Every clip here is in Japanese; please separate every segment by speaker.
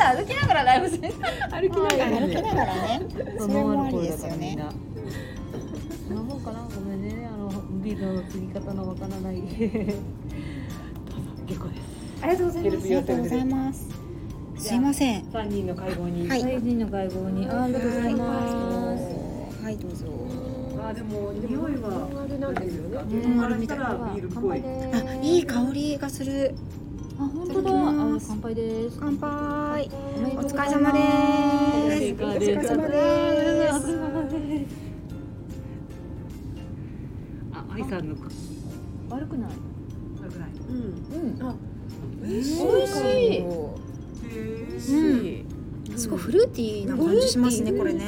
Speaker 1: だ歩きながらライブする。
Speaker 2: 歩きながらね。それもありですよね。
Speaker 1: その方かな、ごめんね、ビールの継ぎ方のわからない。結構です。
Speaker 2: ありがとうございます。ありがとうございます。すいません。
Speaker 1: 3人の会合に。
Speaker 2: はい。
Speaker 1: 3人の会合に。ありがとうございます。
Speaker 2: はい、どうぞ。
Speaker 3: でも匂いはノンアルなんですよね。
Speaker 2: ノンアルみたいな。
Speaker 3: ビールっぽい。
Speaker 2: いい香りがする。
Speaker 1: 本当だ。乾杯です。
Speaker 2: 乾杯。お疲れ様です。お疲れ様です。
Speaker 3: 愛さんの
Speaker 1: 悪くない。
Speaker 3: 悪くない。
Speaker 1: 美味しい。
Speaker 2: すごいフルーティーな感じしますね、これね。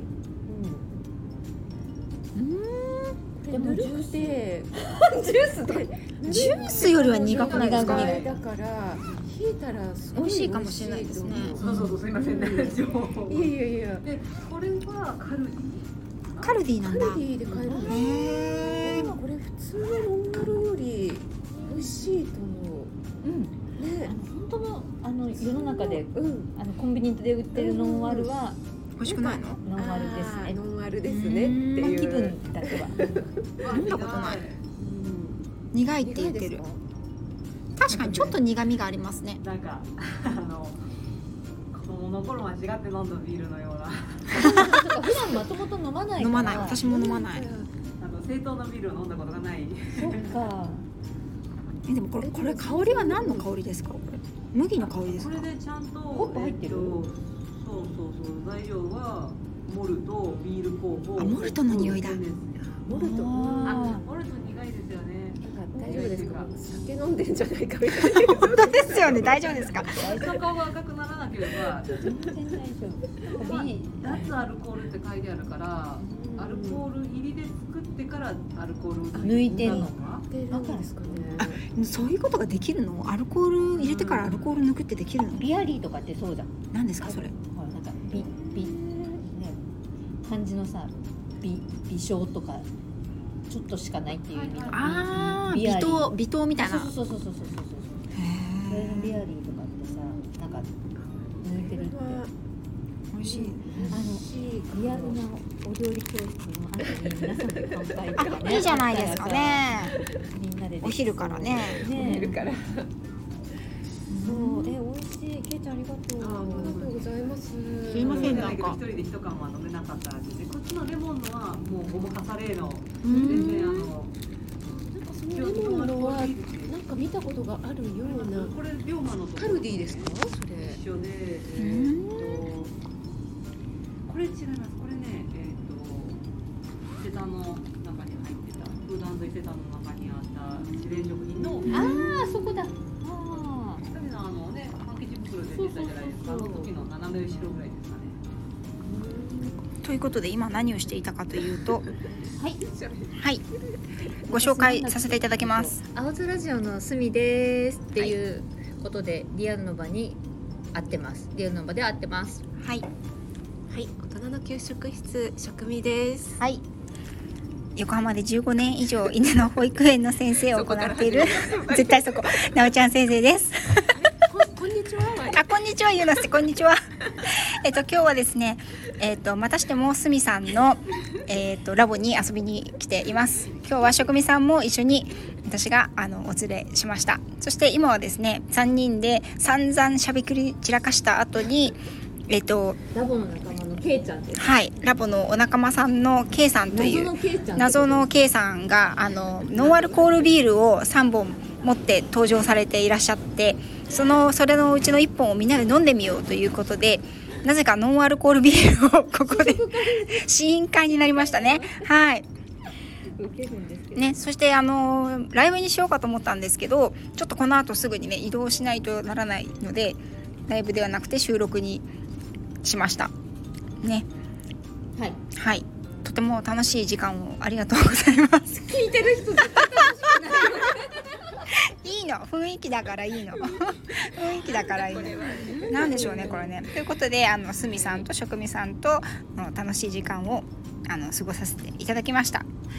Speaker 1: でもジュースで
Speaker 2: ジュースよりは苦くないですか。
Speaker 4: だから冷えたら
Speaker 2: 美味しいかもしれないですね。
Speaker 3: そうすいませんね。
Speaker 4: いや。
Speaker 3: でこれは
Speaker 2: カルディなんだ。
Speaker 4: カルディで買えるんです。これ普通のノンアルより美味しいと思う。ね。
Speaker 1: 本当の世の中でコンビニで売ってるノンアルは
Speaker 2: 美味しくないの？
Speaker 1: ノンアルですね。
Speaker 4: ノンアルですねっていう
Speaker 1: 気分だけは。
Speaker 2: 飲んだことない。苦いって言ってる。確かにちょっと苦味がありますね。
Speaker 3: なんか子供の頃間違って飲んだビールのような。
Speaker 1: 普段まともと飲まないから。
Speaker 2: 飲まない。私も飲まない。
Speaker 3: 正当なビールを飲んだことがない。
Speaker 1: そっか。
Speaker 2: でもこれ香りは何の香りですか？これ麦の香りですか？
Speaker 3: これでちゃんと
Speaker 1: ホップ入ってる。
Speaker 3: そう材料はモルト、ビール酵母。
Speaker 2: モルトの匂いだ。
Speaker 4: モルト
Speaker 3: 苦いですよね。
Speaker 4: 大丈夫ですか？酒飲んでんじゃないかみたいな。
Speaker 2: 本当ですよね。大丈夫ですか？
Speaker 3: 顔が赤くならなければ
Speaker 1: 全然大丈夫。
Speaker 3: 脱アルコールって書いてあるから、アルコール入りで作ってからアルコール
Speaker 1: 抜いてんの
Speaker 3: か。
Speaker 4: だからですかね。
Speaker 2: そういうことができるの？アルコール入れてからアルコール抜くってできるの？
Speaker 1: ビアリーとかってそうじゃん。
Speaker 2: 何ですかそれ？
Speaker 1: なんかね漢字のさ微小とかちょっとしかないっていう意味の
Speaker 2: 微糖みたいな。
Speaker 1: そう。それのビアリーとかってさ、なんか抜いてるって。
Speaker 2: 美味しい。
Speaker 1: リアルなお料理教室の後に皆さんで乾杯とかね。
Speaker 2: いいじゃないですかね。
Speaker 1: みんなで
Speaker 2: お昼からね。
Speaker 4: お昼から。
Speaker 1: そう、美味しい。けいちゃんありがとう。
Speaker 4: ありがとうございます。
Speaker 2: すいません、なんか
Speaker 3: 一人で一缶は飲めなかった味で、こっちのレモンのはもうゴマカサレーの全然
Speaker 4: なんかそのレモンのはなんか見たことがあるような。
Speaker 3: これ龍馬の
Speaker 4: カルディですか？それ
Speaker 3: 一緒で、これ違います。これね、伊勢丹の中に入ってたフード&伊勢丹の中にあった自然食品の
Speaker 1: そこだ。
Speaker 3: パンケーキ袋で出たじゃないですか。あの時の斜め後ろぐらいですかね。
Speaker 2: ということで今何をしていたかというと、
Speaker 1: はい、
Speaker 2: ご紹介させていただきます。
Speaker 1: 青空ラジオのすみですっていうことで、リアルの場に会ってます。リアルの場で会ってます。
Speaker 2: はい、
Speaker 4: 大人の給食室食味です。
Speaker 2: はい。横浜で15年以上犬の保育園の先生を行っている絶対そこなおちゃん先生です。
Speaker 4: こんにちは。
Speaker 2: こんにちは、ゆうなすこんにちは。今日はですね、またしてもすみさんのラボに遊びに来ています。今日は職味さんも一緒に私がお連れしました。そして今はですね、3人で散々しゃべくり散らかした後に
Speaker 1: ラボの仲間のけいちゃんです。
Speaker 2: はい、ラボのお仲間さんのけいさんという謎のけいさんがノンアルコールビールを3本持って登場されていらっしゃって、それのうちの1本をみんなで飲んでみようということで、なぜかノンアルコールビールをここで試飲会になりましたね。はいね、そしてライブにしようかと思ったんですけど、ちょっとこの後すぐにね移動しないとならないので、ライブではなくて収録にしましたね。はい、とても楽しい時間をありがとうございます。
Speaker 1: 聞いてる人絶対楽しくない
Speaker 2: いいの、雰囲気だからいいの雰囲気だからいいのなんでしょうねこれね。ということで、すみさんと職味さんとの楽しい時間を過ごさせていただきました。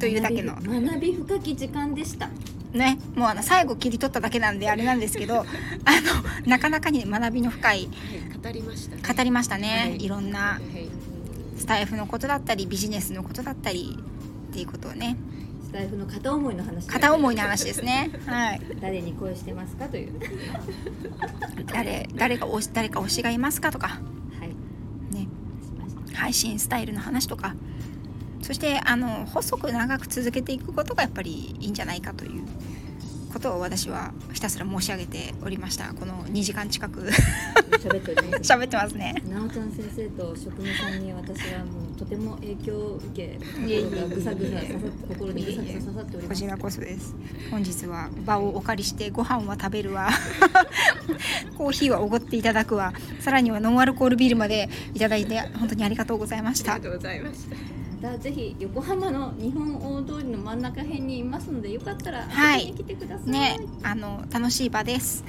Speaker 2: というだけの
Speaker 4: 学び深き時間でした
Speaker 2: ね。もう最後切り取っただけなんであれなんですけどなかなかに学びの深い、
Speaker 4: 語りましたね。
Speaker 2: 語りましたね、
Speaker 4: はい
Speaker 2: いろんな
Speaker 4: はい
Speaker 2: スタイフのことだったりビジネスのことだったりっていうことをね、
Speaker 4: スタイフの片思いの話。
Speaker 2: 片思いの話ですね。はい。
Speaker 4: 誰に恋してますかという。
Speaker 2: 誰か推しがいますかとか
Speaker 4: はい。
Speaker 2: ね、
Speaker 4: しました。
Speaker 2: 配信スタイルの話とか、そして細く長く続けていくことがやっぱりいいんじゃないかということを私はひたすら申し上げておりました。この2時間近く
Speaker 4: 喋っております。
Speaker 2: 喋ってますね。
Speaker 4: なおちゃん先生と職務さんに私はもうとても影響を受け、心がぐさぐさ刺さって、心にぐさぐさ刺さっております。
Speaker 2: こちらこそです。本日は場をお借りしてご飯は食べるわコーヒーはおごっていただくわ、さらにはノンアルコールビールまでいただいて本当にありがとうございました。
Speaker 4: ありがとうございました。またぜひ横浜の日本大通りの真ん中辺にいますので、よかったら遊びに来てください。
Speaker 2: ね、楽しい場です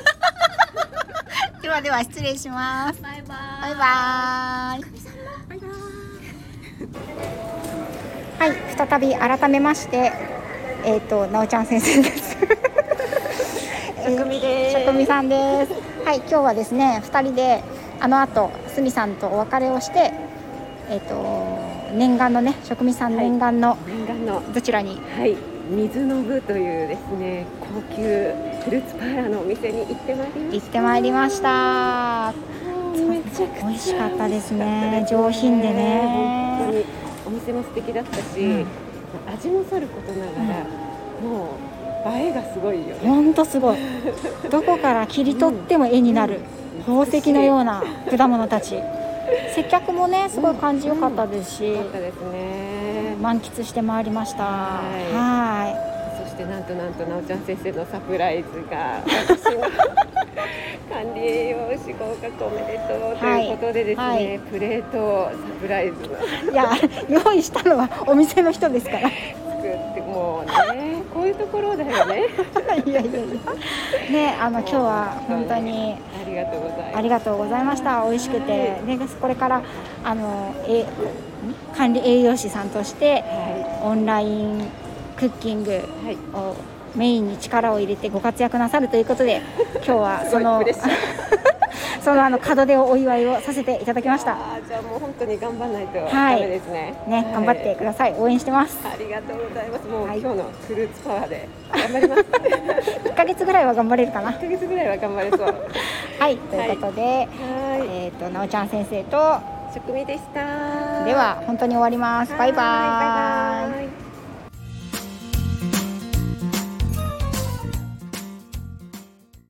Speaker 2: ではでは失礼します。
Speaker 4: バイバイ。
Speaker 2: バイバイ。
Speaker 4: バイバイ。
Speaker 2: はい、再び改めましてなおちゃん先生です
Speaker 4: 職味です。
Speaker 2: 職味さんです。はい、今日はですね2人で後すみさんとお別れをして念願のね、職味さん念願の、
Speaker 3: 念願の
Speaker 2: どちらに、
Speaker 3: はい水の部というですね高級フルーツパーラーのお店に行ってまいりました。
Speaker 2: 行ってまいりました。
Speaker 3: めちゃくちゃ
Speaker 2: 美味しかったですね。上品でね。
Speaker 3: 本当にお店も素敵だったし、味もさることながら、もう映えがすごいよね。
Speaker 2: 本当すごい。どこから切り取っても絵になる、宝石のような果物たち。接客もねすごい感じよかったですし、
Speaker 3: よかったですね。
Speaker 2: 満喫してまいりました。
Speaker 3: はい。そしてなんとなおちゃん先生のサプライズが私の管理栄養士合格おめでとうということでですね、プレートサプライズの
Speaker 2: いや用意したのはお店の人ですから
Speaker 3: 作ってもうねこういうところだよね
Speaker 2: いやね今日は本当に
Speaker 3: ありがとうございます。
Speaker 2: ありがとうございました。美味しくて、でこれから管理栄養士さんとして、オンラインクッキングをメインに力を入れてご活躍なさるということで、今日はそのその門出をお祝いをさせていただきました。
Speaker 3: じゃあもう本当に頑張らないとダメですね。
Speaker 2: ね、頑張ってください。応援してます。
Speaker 3: ありがとうございます。もう、今日のフルーツパワーで頑張ります。
Speaker 2: 1ヶ月ぐらいは頑張れるかな。
Speaker 3: 1ヶ月ぐらいは頑張れそう。
Speaker 2: はい、ということで、なおちゃん先生と
Speaker 3: 職味でした。
Speaker 2: では本当に終わります。バイバイ。